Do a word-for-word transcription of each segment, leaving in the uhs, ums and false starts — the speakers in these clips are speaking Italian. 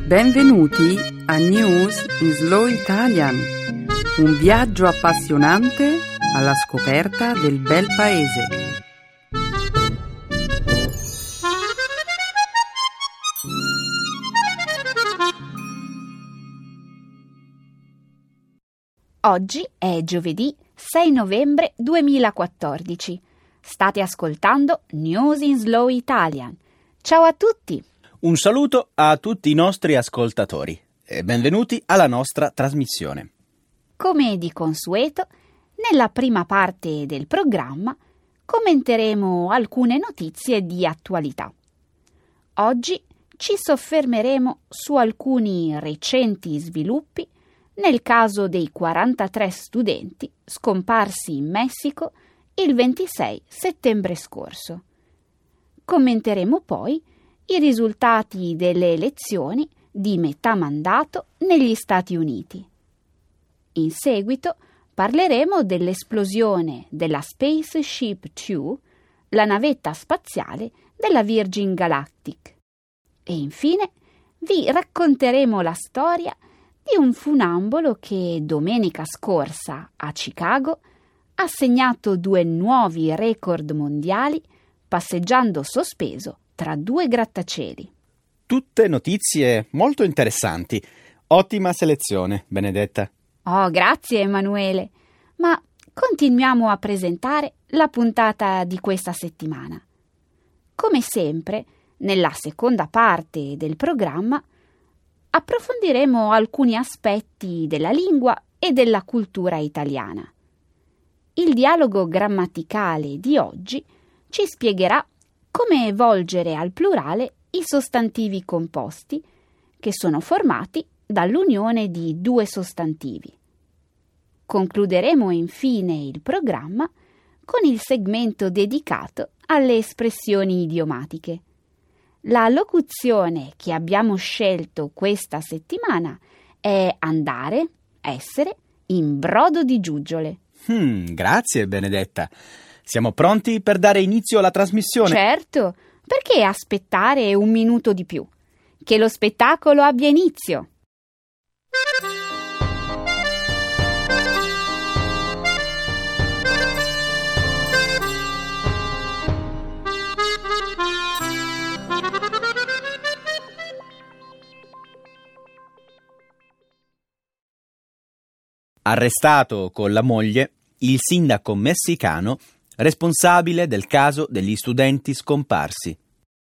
Benvenuti a News in Slow Italian, un viaggio appassionante alla scoperta del bel paese. Oggi è giovedì sei novembre duemilaquattordici. State ascoltando News in Slow Italian. Ciao a tutti! Un saluto a tutti i nostri ascoltatori e benvenuti alla nostra trasmissione. Come di consueto, nella prima parte del programma commenteremo alcune notizie di attualità. Oggi ci soffermeremo su alcuni recenti sviluppi nel caso dei quarantatré studenti scomparsi in Messico il ventisei settembre scorso. Commenteremo poi i risultati delle elezioni di metà mandato negli Stati Uniti. In seguito parleremo dell'esplosione della Spaceship due, la navetta spaziale della Virgin Galactic. E infine vi racconteremo la storia di un funambolo che domenica scorsa a Chicago ha segnato due nuovi record mondiali passeggiando sospeso tra due grattacieli. Tutte notizie molto interessanti. Ottima selezione, Benedetta. Oh, grazie Emanuele. Ma continuiamo a presentare la puntata di questa settimana. Come sempre, nella seconda parte del programma approfondiremo alcuni aspetti della lingua e della cultura italiana. Il dialogo grammaticale di oggi ci spiegherà come volgere al plurale i sostantivi composti, che sono formati dall'unione di due sostantivi. Concluderemo infine il programma con il segmento dedicato alle espressioni idiomatiche. La locuzione che abbiamo scelto questa settimana è andare, essere, in brodo di giuggiole. Hmm, grazie Benedetta. Siamo pronti per dare inizio alla trasmissione? Certo, perché aspettare un minuto di più? Che lo spettacolo abbia inizio! Arrestato con la moglie il sindaco messicano responsabile del caso degli studenti scomparsi.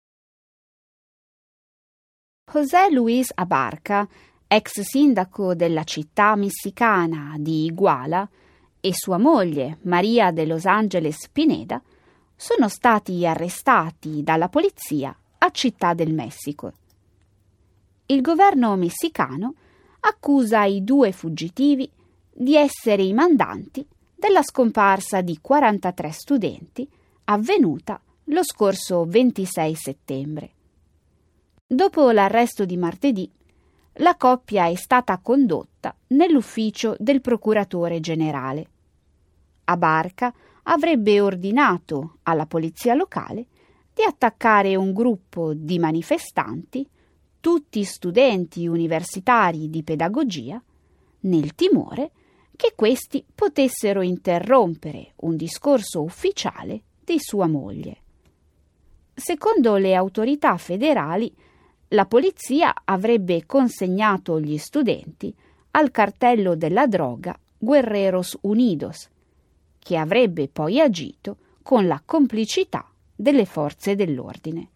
José Luis Abarca, ex sindaco della città messicana di Iguala, e sua moglie María de Los Ángeles Pineda sono stati arrestati dalla polizia a Città del Messico. Il governo messicano accusa i due fuggitivi di essere i mandanti della scomparsa di quarantatré studenti avvenuta lo scorso ventisei settembre. Dopo l'arresto di martedì, la coppia è stata condotta nell'ufficio del procuratore generale. Abarca avrebbe ordinato alla polizia locale di attaccare un gruppo di manifestanti, tutti studenti universitari di pedagogia, nel timore che questi potessero interrompere un discorso ufficiale di sua moglie. Secondo le autorità federali, la polizia avrebbe consegnato gli studenti al cartello della droga Guerreros Unidos, che avrebbe poi agito con la complicità delle forze dell'ordine.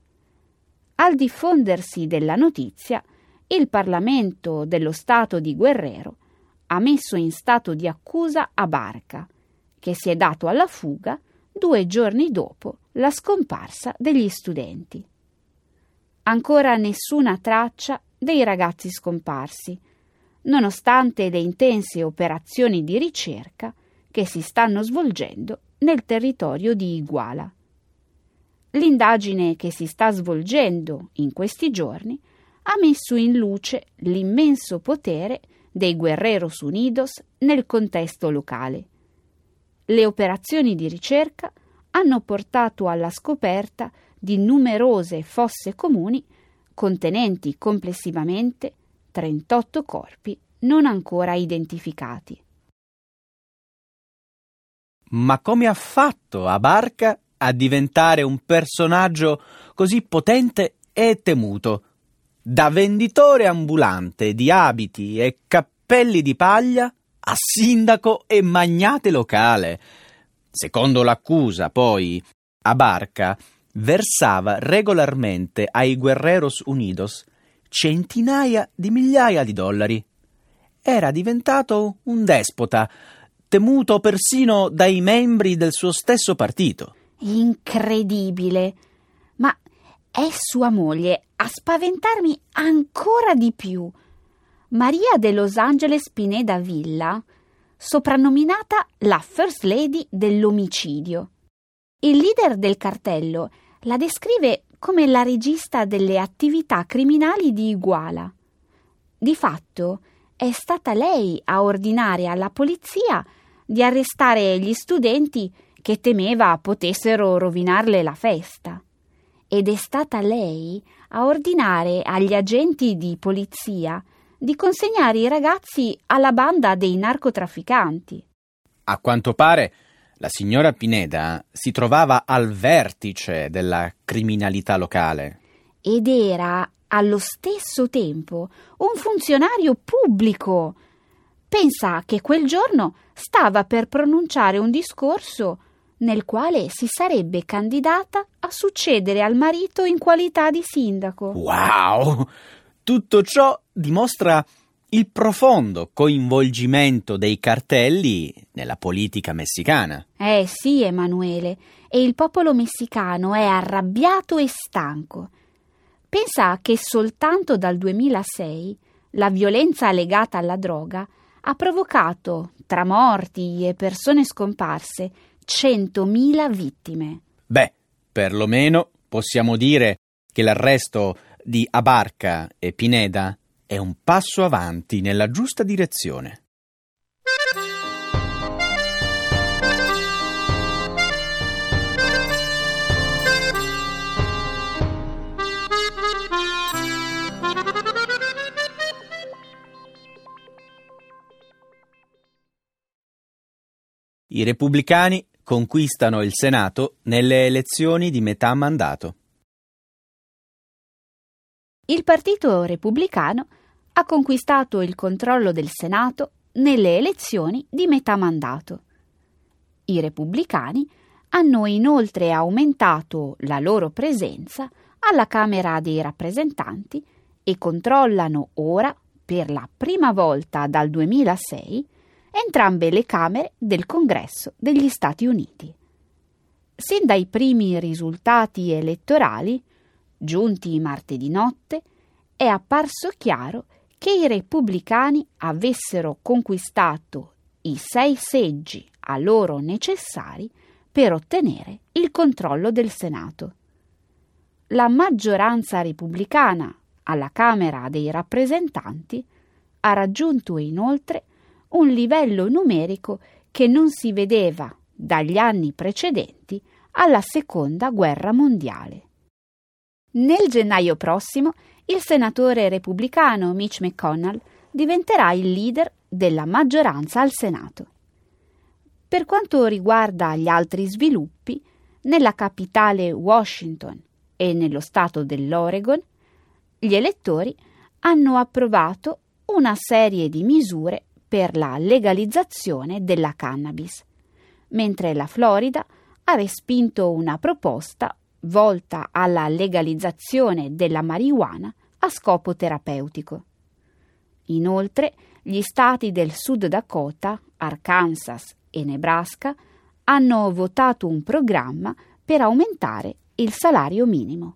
Al diffondersi della notizia, il Parlamento dello Stato di Guerrero ha messo in stato di accusa Abarca, che si è dato alla fuga due giorni dopo la scomparsa degli studenti. Ancora nessuna traccia dei ragazzi scomparsi, nonostante le intense operazioni di ricerca che si stanno svolgendo nel territorio di Iguala. L'indagine che si sta svolgendo in questi giorni ha messo in luce l'immenso potere dei Guerreros Unidos nel contesto locale. Le operazioni di ricerca hanno portato alla scoperta di numerose fosse comuni contenenti complessivamente trentotto corpi non ancora identificati. Ma come ha fatto Abarca a diventare un personaggio così potente e temuto? Da venditore ambulante di abiti e cappelli di paglia a sindaco e magnate locale. Secondo l'accusa, poi, Abarca versava regolarmente ai Guerreros Unidos centinaia di migliaia di dollari. Era diventato un despota, temuto persino dai membri del suo stesso partito. Incredibile! Ma è sua moglie a spaventarmi ancora di più. Maria de Los Angeles Pineda Villa, soprannominata la First Lady dell'omicidio. Il leader del cartello la descrive come la regista delle attività criminali di Iguala. Di fatto, è stata lei a ordinare alla polizia di arrestare gli studenti che temeva potessero rovinarle la festa. Ed è stata lei a ordinare agli agenti di polizia di consegnare i ragazzi alla banda dei narcotrafficanti. A quanto pare, la signora Pineda si trovava al vertice della criminalità locale. Ed era, allo stesso tempo, un funzionario pubblico. Pensa che quel giorno stava per pronunciare un discorso nel quale si sarebbe candidata a succedere al marito in qualità di sindaco. Wow! Tutto ciò dimostra il profondo coinvolgimento dei cartelli nella politica messicana. Eh sì, Emanuele, e il popolo messicano è arrabbiato e stanco. Pensa che soltanto dal duemilasei la violenza legata alla droga ha provocato, tra morti e persone scomparse, centomila vittime. Beh, perlomeno possiamo dire che l'arresto di Abarca e Pineda è un passo avanti nella giusta direzione. I repubblicani conquistano il Senato nelle elezioni di metà mandato. Il Partito Repubblicano ha conquistato il controllo del Senato nelle elezioni di metà mandato. I repubblicani hanno inoltre aumentato la loro presenza alla Camera dei rappresentanti e controllano ora, per la prima volta dal duemilasei, entrambe le Camere del Congresso degli Stati Uniti. Sin dai primi risultati elettorali, giunti martedì notte, è apparso chiaro che i repubblicani avessero conquistato i sei seggi a loro necessari per ottenere il controllo del Senato. La maggioranza repubblicana alla Camera dei rappresentanti ha raggiunto inoltre un livello numerico che non si vedeva dagli anni precedenti alla Seconda Guerra Mondiale. Nel gennaio prossimo il senatore repubblicano Mitch McConnell diventerà il leader della maggioranza al Senato. Per quanto riguarda gli altri sviluppi, nella capitale Washington e nello stato dell'Oregon, gli elettori hanno approvato una serie di misure per la legalizzazione della cannabis, mentre la Florida ha respinto una proposta volta alla legalizzazione della marijuana a scopo terapeutico. Inoltre, gli stati del Sud Dakota, Arkansas e Nebraska hanno votato un programma per aumentare il salario minimo.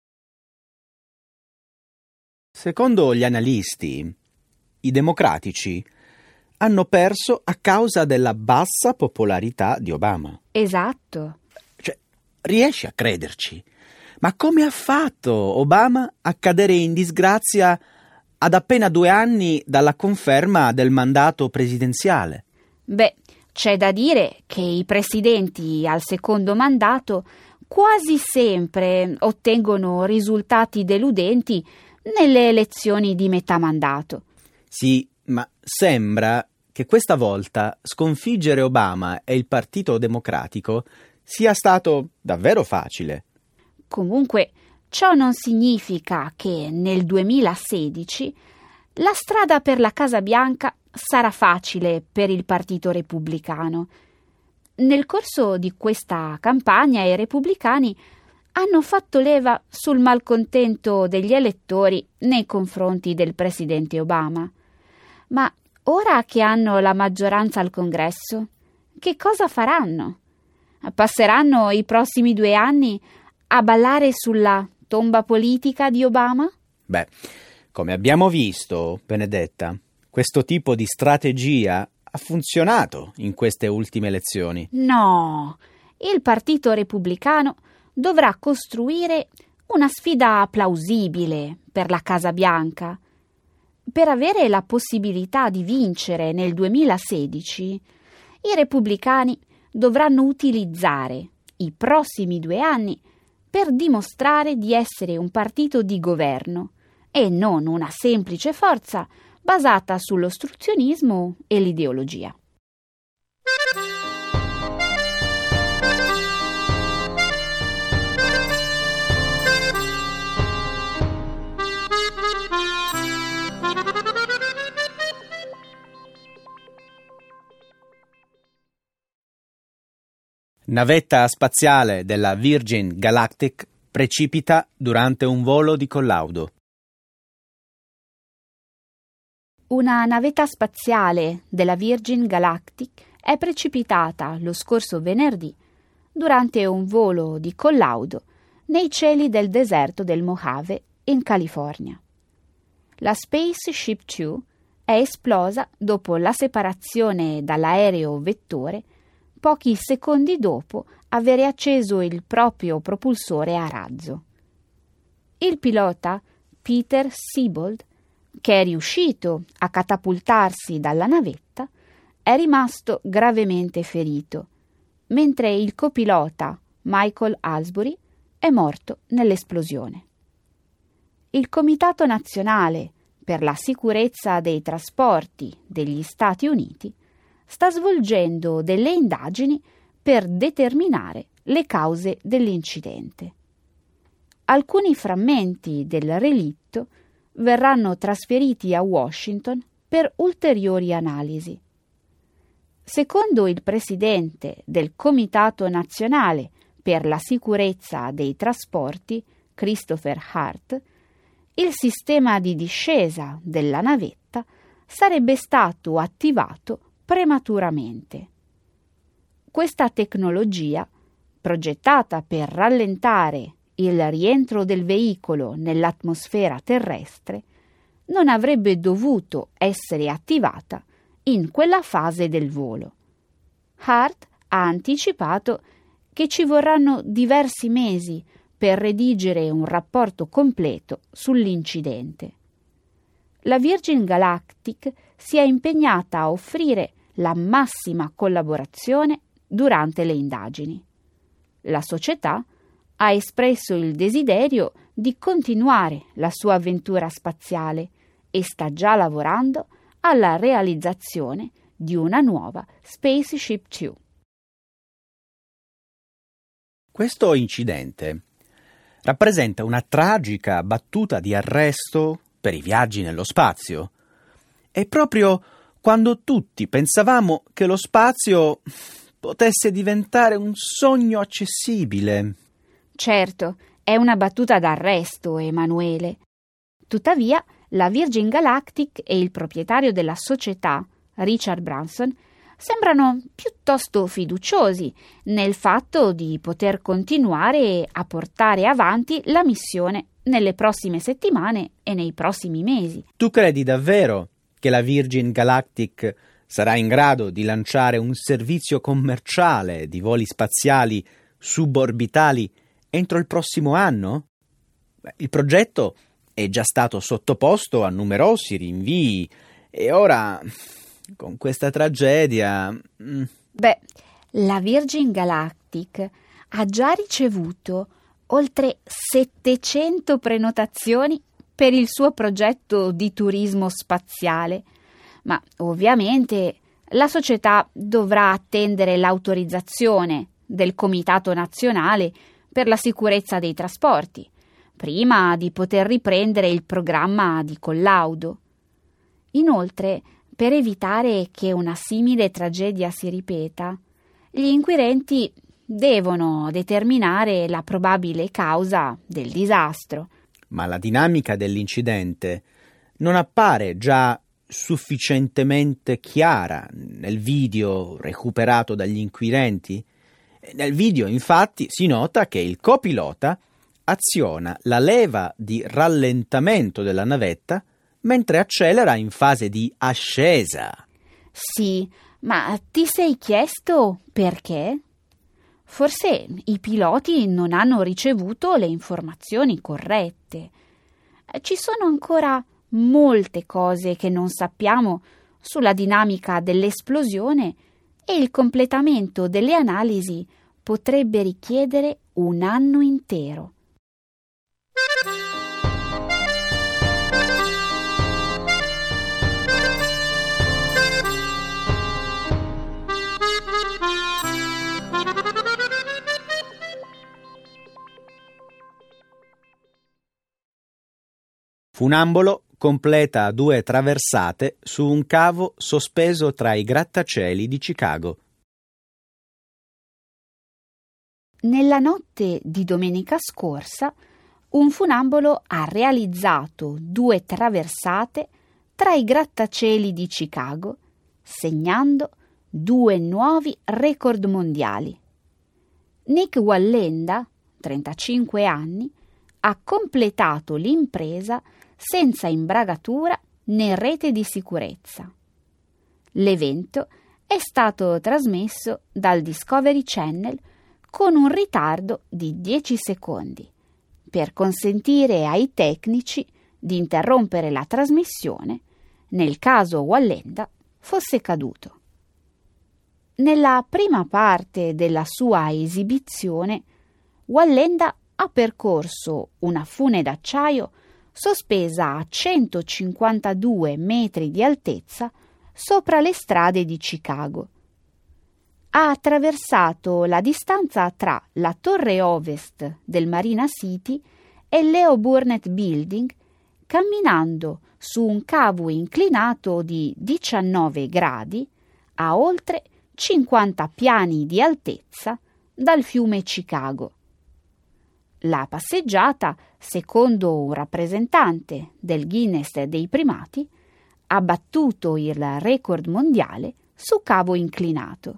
Secondo gli analisti, i democratici hanno perso a causa della bassa popolarità di Obama. Esatto. Cioè, riesci a crederci? Ma come ha fatto Obama a cadere in disgrazia ad appena due anni dalla conferma del mandato presidenziale? Beh, c'è da dire che i presidenti al secondo mandato quasi sempre ottengono risultati deludenti nelle elezioni di metà mandato. Sì, ma sembra che questa volta sconfiggere Obama e il Partito Democratico sia stato davvero facile. Comunque, ciò non significa che nel duemilasedici la strada per la Casa Bianca sarà facile per il Partito Repubblicano. Nel corso di questa campagna i repubblicani hanno fatto leva sul malcontento degli elettori nei confronti del presidente Obama. Ma ora che hanno la maggioranza al Congresso, che cosa faranno? Passeranno i prossimi due anni a ballare sulla tomba politica di Obama? Beh, come abbiamo visto, Benedetta, questo tipo di strategia ha funzionato in queste ultime elezioni. No, il Partito Repubblicano dovrà costruire una sfida plausibile per la Casa Bianca. Per avere la possibilità di vincere nel duemilasedici, i repubblicani dovranno utilizzare i prossimi due anni per dimostrare di essere un partito di governo e non una semplice forza basata sull'ostruzionismo e l'ideologia. Navetta spaziale della Virgin Galactic precipita durante un volo di collaudo. Una navetta spaziale della Virgin Galactic è precipitata lo scorso venerdì durante un volo di collaudo nei cieli del deserto del Mojave in California. La Spaceship due è esplosa dopo la separazione dall'aereo vettore pochi secondi dopo avere acceso il proprio propulsore a razzo. Il pilota Peter Siebold, che è riuscito a catapultarsi dalla navetta, è rimasto gravemente ferito, mentre il copilota Michael Alsbury è morto nell'esplosione. Il Comitato Nazionale per la Sicurezza dei Trasporti degli Stati Uniti sta svolgendo delle indagini per determinare le cause dell'incidente. Alcuni frammenti del relitto verranno trasferiti a Washington per ulteriori analisi. Secondo il presidente del Comitato Nazionale per la Sicurezza dei Trasporti, Christopher Hart, il sistema di discesa della navetta sarebbe stato attivato prematuramente. Questa tecnologia, progettata per rallentare il rientro del veicolo nell'atmosfera terrestre, non avrebbe dovuto essere attivata in quella fase del volo. Hart ha anticipato che ci vorranno diversi mesi per redigere un rapporto completo sull'incidente. La Virgin Galactic si è impegnata a offrire la massima collaborazione durante le indagini. La società ha espresso il desiderio di continuare la sua avventura spaziale e sta già lavorando alla realizzazione di una nuova Spaceship due. Questo incidente rappresenta una tragica battuta di arresto per i viaggi nello spazio. È proprio quando tutti pensavamo che lo spazio potesse diventare un sogno accessibile. Certo, è una battuta d'arresto, Emanuele. Tuttavia, la Virgin Galactic e il proprietario della società, Richard Branson, sembrano piuttosto fiduciosi nel fatto di poter continuare a portare avanti la missione nelle prossime settimane e nei prossimi mesi. Tu credi davvero che la Virgin Galactic sarà in grado di lanciare un servizio commerciale di voli spaziali suborbitali entro il prossimo anno? Il progetto è già stato sottoposto a numerosi rinvii e ora, con questa tragedia... Beh, la Virgin Galactic ha già ricevuto oltre settecento prenotazioni per il suo progetto di turismo spaziale, ma ovviamente la società dovrà attendere l'autorizzazione del Comitato Nazionale per la Sicurezza dei Trasporti, prima di poter riprendere il programma di collaudo. Inoltre, per evitare che una simile tragedia si ripeta, gli inquirenti devono determinare la probabile causa del disastro. Ma la dinamica dell'incidente non appare già sufficientemente chiara nel video recuperato dagli inquirenti? Nel video, infatti, si nota che il copilota aziona la leva di rallentamento della navetta mentre accelera in fase di ascesa. Sì, ma ti sei chiesto perché? Forse i piloti non hanno ricevuto le informazioni corrette. Ci sono ancora molte cose che non sappiamo sulla dinamica dell'esplosione e il completamento delle analisi potrebbe richiedere un anno intero. Funambolo completa due traversate su un cavo sospeso tra i grattacieli di Chicago. Nella notte di domenica scorsa, un funambolo ha realizzato due traversate tra i grattacieli di Chicago, segnando due nuovi record mondiali. Nick Wallenda, trentacinque anni, ha completato l'impresa senza imbragatura né rete di sicurezza. L'evento è stato trasmesso dal Discovery Channel con un ritardo di dieci secondi, per consentire ai tecnici di interrompere la trasmissione nel caso Wallenda fosse caduto. Nella prima parte della sua esibizione, Wallenda ha percorso una fune d'acciaio sospesa a centocinquantadue metri di altezza sopra le strade di Chicago. Ha attraversato la distanza tra la torre ovest del Marina City e il Leo Burnett Building, camminando su un cavo inclinato di diciannove gradi a oltre cinquanta piani di altezza dal fiume Chicago. La passeggiata, secondo un rappresentante del Guinness dei primati, ha battuto il record mondiale su cavo inclinato.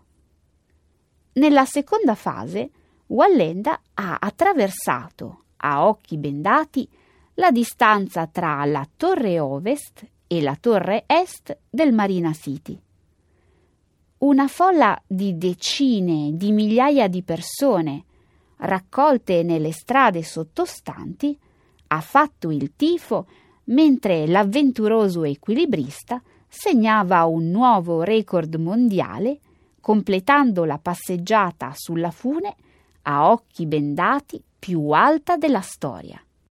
Nella seconda fase, Wallenda ha attraversato a occhi bendati la distanza tra la torre ovest e la torre est del Marina City. Una folla di decine di migliaia di persone raccolte nelle strade sottostanti ha fatto il tifo mentre l'avventuroso equilibrista segnava un nuovo record mondiale completando la passeggiata sulla fune a occhi bendati più alta della storia.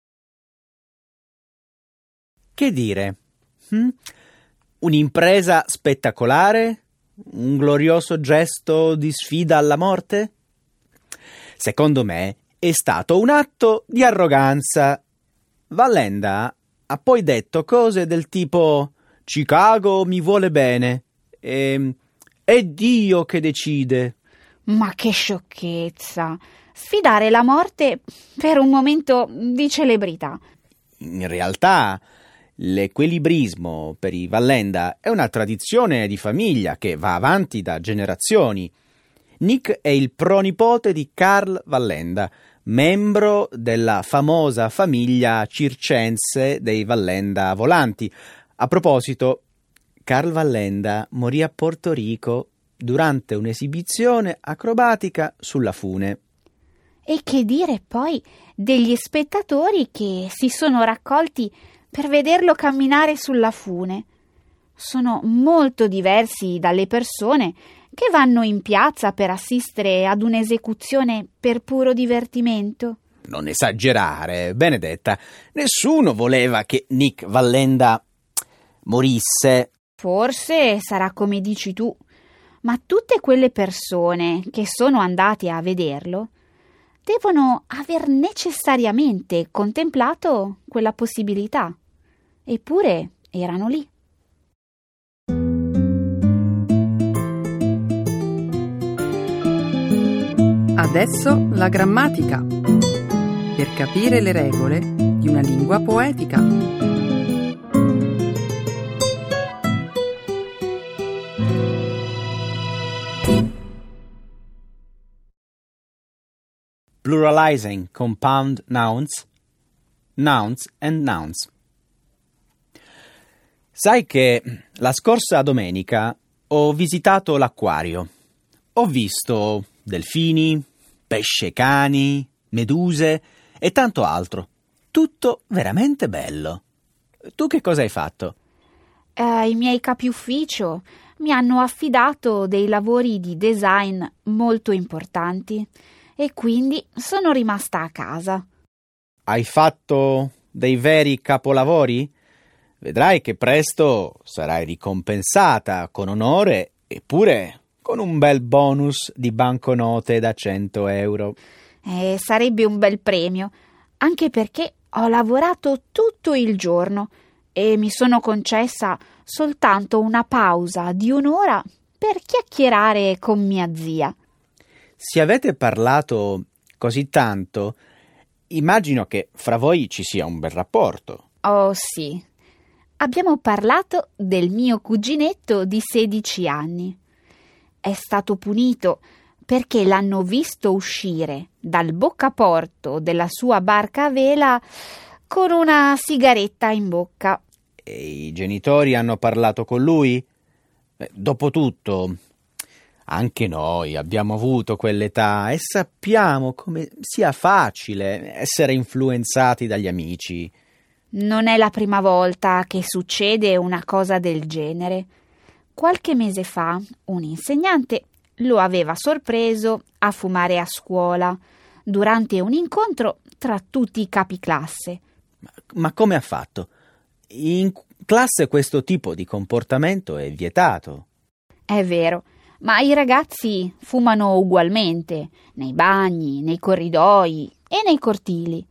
Che dire? Hm? Un'impresa spettacolare? Un glorioso gesto di sfida alla morte? Secondo me è stato un atto di arroganza. Wallenda ha poi detto cose del tipo «Chicago mi vuole bene» e «È Dio che decide». Ma che sciocchezza! Sfidare la morte per un momento di celebrità. In realtà l'equilibrismo per i Wallenda è una tradizione di famiglia che va avanti da generazioni. Nick è il pronipote di Carl Wallenda, membro della famosa famiglia circense dei Wallenda volanti. A proposito, Carl Wallenda morì a Porto Rico durante un'esibizione acrobatica sulla fune. E che dire poi degli spettatori che si sono raccolti per vederlo camminare sulla fune? Sono molto diversi dalle persone che vanno in piazza per assistere ad un'esecuzione per puro divertimento. Non esagerare, Benedetta. Nessuno voleva che Nick Vallenda morisse. Forse sarà come dici tu, ma tutte quelle persone che sono andate a vederlo devono aver necessariamente contemplato quella possibilità. Eppure erano lì. Adesso la grammatica, per capire le regole di una lingua poetica. Pluralizing compound nouns, nouns and nouns. Sai che la scorsa domenica ho visitato l'acquario. Ho visto delfini, pesce cani, meduse e tanto altro. Tutto veramente bello. Tu che cosa hai fatto? Eh, I miei capi ufficio mi hanno affidato dei lavori di design molto importanti e quindi sono rimasta a casa. Hai fatto dei veri capolavori? Vedrai che presto sarai ricompensata con onore eppure con un bel bonus di banconote da cento euro. Eh, sarebbe un bel premio, anche perché ho lavorato tutto il giorno e mi sono concessa soltanto una pausa di un'ora per chiacchierare con mia zia. Se avete parlato così tanto, immagino che fra voi ci sia un bel rapporto. Oh sì, abbiamo parlato del mio cuginetto di sedici anni. È stato punito perché l'hanno visto uscire dal boccaporto della sua barca a vela con una sigaretta in bocca. E i genitori hanno parlato con lui? Eh, dopotutto, anche noi abbiamo avuto quell'età e sappiamo come sia facile essere influenzati dagli amici. Non è la prima volta che succede una cosa del genere. Qualche mese fa un insegnante lo aveva sorpreso a fumare a scuola durante un incontro tra tutti i capiclasse. Ma, ma come ha fatto? In classe questo tipo di comportamento è vietato. È vero, ma i ragazzi fumano ugualmente, nei bagni, nei corridoi e nei cortili.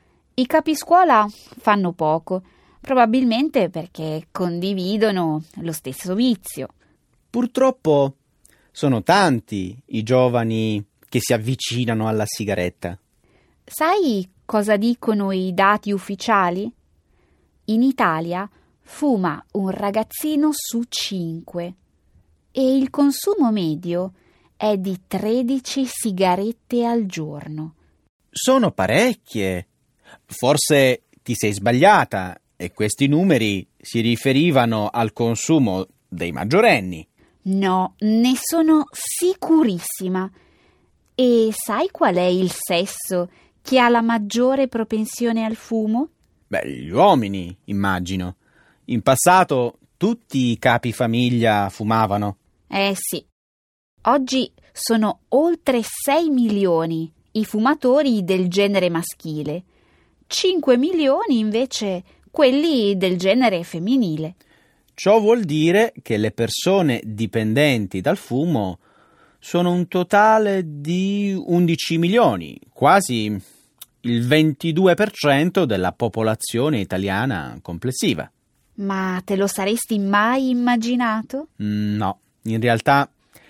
I capiscuola fanno poco, probabilmente perché condividono lo stesso vizio. Purtroppo sono tanti i giovani che si avvicinano alla sigaretta. Sai cosa dicono i dati ufficiali? In Italia fuma un ragazzino su cinque e il consumo medio è di tredici sigarette al giorno. Sono parecchie. Forse ti sei sbagliata e questi numeri si riferivano al consumo dei maggiorenni. No, ne sono sicurissima. E sai qual è il sesso che ha la maggiore propensione al fumo? Beh, gli uomini, immagino. In passato tutti i capifamiglia fumavano. Eh sì. Oggi sono oltre sei milioni i fumatori del genere maschile, cinque milioni invece quelli del genere femminile. Ciò vuol dire che le persone dipendenti dal fumo sono un totale di undici milioni, quasi il ventidue per cento della popolazione italiana complessiva. Ma te lo saresti mai immaginato? Mm, no, in realtà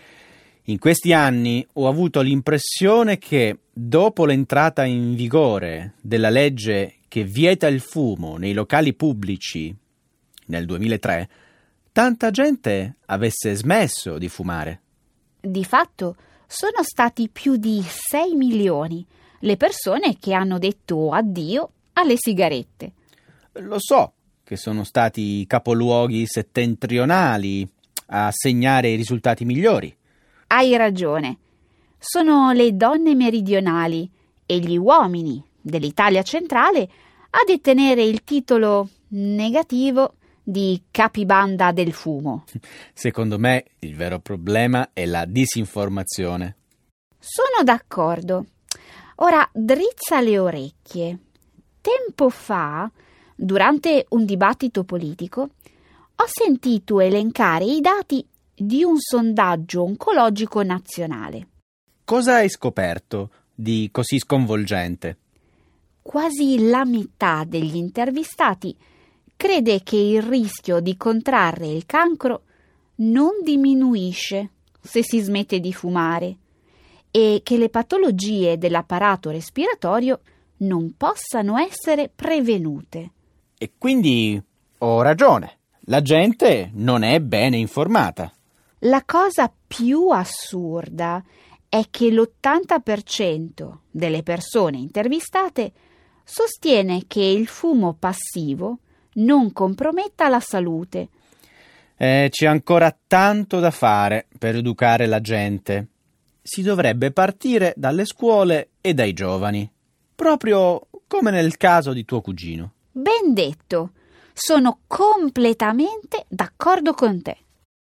in questi anni ho avuto l'impressione che dopo l'entrata in vigore della legge che vieta il fumo nei locali pubblici nel duemilatré, tanta gente avesse smesso di fumare. Di fatto sono stati più di sei milioni le persone che hanno detto addio alle sigarette. Lo so che sono stati i capoluoghi settentrionali a segnare i risultati migliori. Hai ragione. Sono le donne meridionali e gli uomini dell'Italia centrale a detenere il titolo negativo di capibanda del fumo. Secondo me il vero problema è la disinformazione. Sono d'accordo. Ora drizza le orecchie. Tempo fa, durante un dibattito politico, ho sentito elencare i dati di un sondaggio oncologico nazionale. Cosa hai scoperto di così sconvolgente? Quasi la metà degli intervistati crede che il rischio di contrarre il cancro non diminuisce se si smette di fumare e che le patologie dell'apparato respiratorio non possano essere prevenute. E quindi ho ragione, la gente non è bene informata. La cosa più assurda è che l'ottanta per cento delle persone intervistate sostiene che il fumo passivo non comprometta la salute. Eh, c'è ancora tanto da fare per educare la gente. Si dovrebbe partire dalle scuole e dai giovani, proprio come nel caso di tuo cugino. Ben detto, sono completamente d'accordo con te.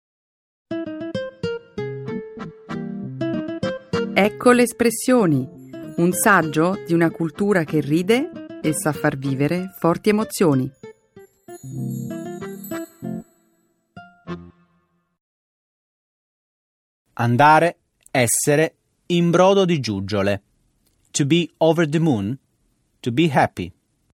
Ecco le espressioni, un saggio di una cultura che ride e sa far vivere forti emozioni. Andare, essere, in brodo di giuggiole. To be over the moon, to be happy.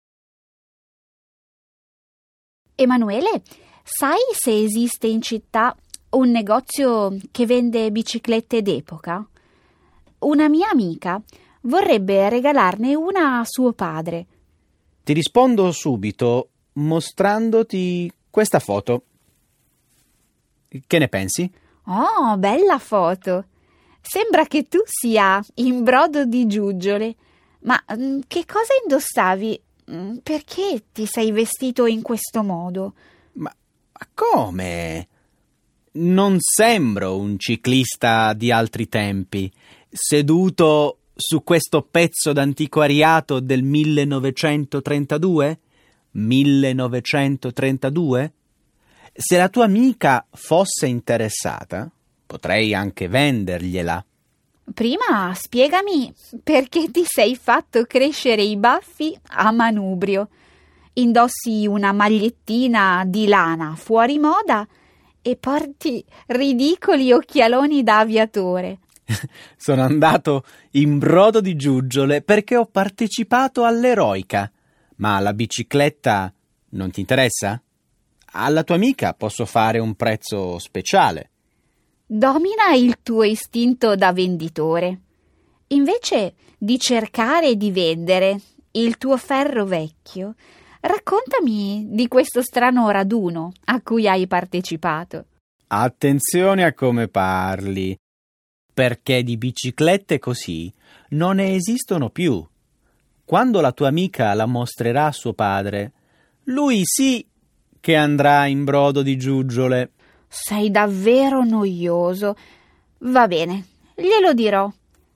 Emanuele, sai se esiste in città un negozio che vende biciclette d'epoca? Una mia amica vorrebbe regalarne una a suo padre. Ti rispondo subito mostrandoti questa foto. Che ne pensi? Oh, bella foto! Sembra che tu sia in brodo di giuggiole. Ma mm, che cosa indossavi? Mm, Perché ti sei vestito in questo modo? Ma, ma come? Non sembro un ciclista di altri tempi, seduto su questo pezzo d'antiquariato del millenovecentotrentadue? millenovecentotrentadue? Se la tua amica fosse interessata, potrei anche vendergliela. Prima spiegami perché ti sei fatto crescere i baffi a manubrio. Indossi una magliettina di lana fuori moda e porti ridicoli occhialoni da aviatore. Sono andato in brodo di giuggiole perché ho partecipato all'eroica. Ma la bicicletta non ti interessa? Alla tua amica posso fare un prezzo speciale. Domina il tuo istinto da venditore. Invece di cercare di vendere il tuo ferro vecchio, raccontami di questo strano raduno a cui hai partecipato. Attenzione a come parli, perché di biciclette così non ne esistono più. Quando la tua amica la mostrerà a suo padre, lui sì che andrà in brodo di giuggiole. Sei davvero noioso. Va bene, glielo dirò.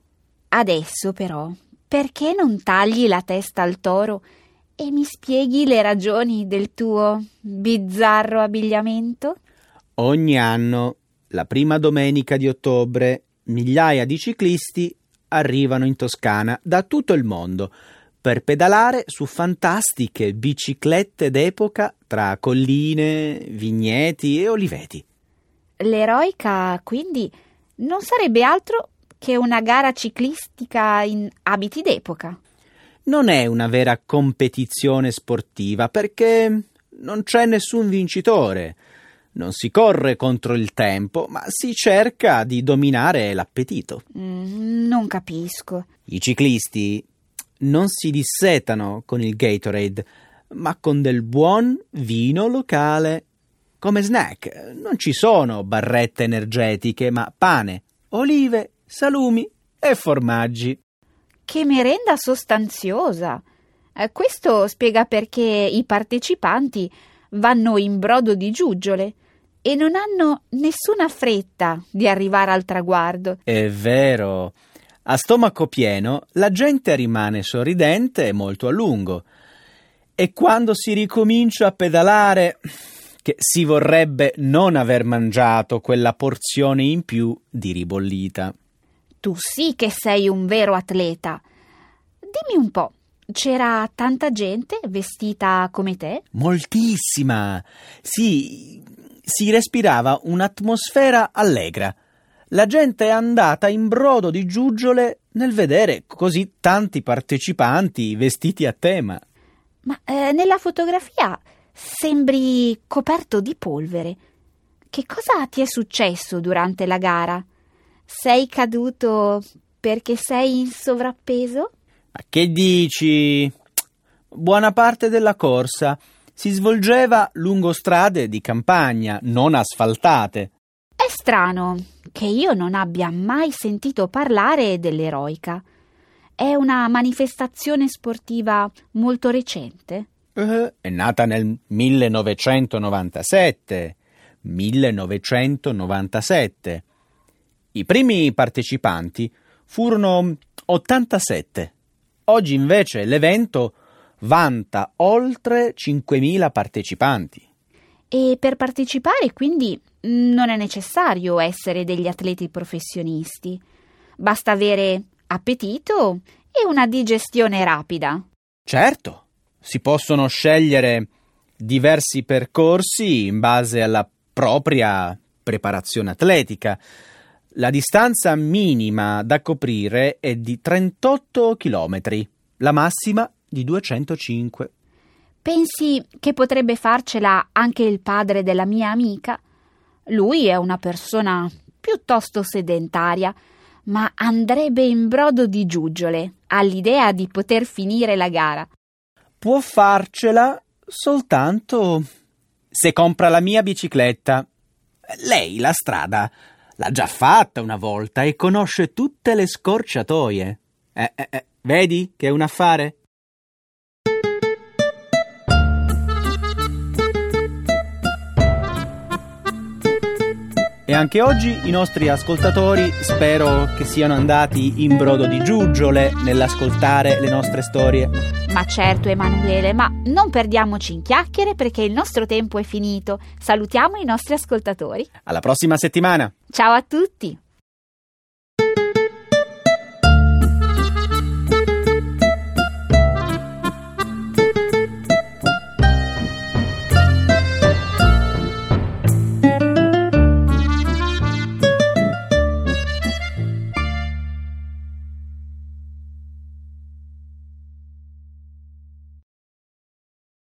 Adesso però, perché non tagli la testa al toro e mi spieghi le ragioni del tuo bizzarro abbigliamento? Ogni anno, la prima domenica di ottobre, migliaia di ciclisti arrivano in Toscana da tutto il mondo per pedalare su fantastiche biciclette d'epoca tra colline, vigneti e oliveti. L'eroica, quindi, non sarebbe altro che una gara ciclistica in abiti d'epoca. Non è una vera competizione sportiva perché non c'è nessun vincitore. Non si corre contro il tempo, ma si cerca di dominare l'appetito. Mm, non capisco. I ciclisti non si dissetano con il Gatorade, ma con del buon vino locale. Come snack non ci sono barrette energetiche, ma pane, olive, salumi e formaggi. Che merenda sostanziosa! Eh, questo spiega perché i partecipanti vanno in brodo di giuggiole e non hanno nessuna fretta di arrivare al traguardo. È vero. A stomaco pieno la gente rimane sorridente molto a lungo e quando si ricomincia a pedalare che si vorrebbe non aver mangiato quella porzione in più di ribollita. Tu sì che sei un vero atleta. Dimmi un po', c'era tanta gente vestita come te? Moltissima! Sì, si respirava un'atmosfera allegra. La gente è andata in brodo di giuggiole nel vedere così tanti partecipanti vestiti a tema. Ma eh, nella fotografia sembri coperto di polvere. Che cosa ti è successo durante la gara? Sei caduto perché sei in sovrappeso? Ma che dici? Buona parte della corsa si svolgeva lungo strade di campagna, non asfaltate. È strano che io non abbia mai sentito parlare dell'Eroica. È una manifestazione sportiva molto recente? Uh, è nata nel millenovecentonovantasette. millenovecentonovantasette. I primi partecipanti furono ottantasette. Oggi invece l'evento vanta oltre cinquemila partecipanti. E per partecipare quindi non è necessario essere degli atleti professionisti. Basta avere appetito e una digestione rapida. Certo, si possono scegliere diversi percorsi in base alla propria preparazione atletica. La distanza minima da coprire è di trentotto chilometri, la massima di duecentocinque. Pensi che potrebbe farcela anche il padre della mia amica? Lui è una persona piuttosto sedentaria, ma andrebbe in brodo di giuggiole all'idea di poter finire la gara. Può farcela soltanto se compra la mia bicicletta. Lei la strada l'ha già fatta una volta e conosce tutte le scorciatoie. Eh, eh, eh, vedi che è un affare? E anche oggi i nostri ascoltatori spero che siano andati in brodo di giuggiole nell'ascoltare le nostre storie. Ma certo, Emanuele, ma non perdiamoci in chiacchiere perché il nostro tempo è finito. Salutiamo i nostri ascoltatori. Alla prossima settimana! Ciao a tutti!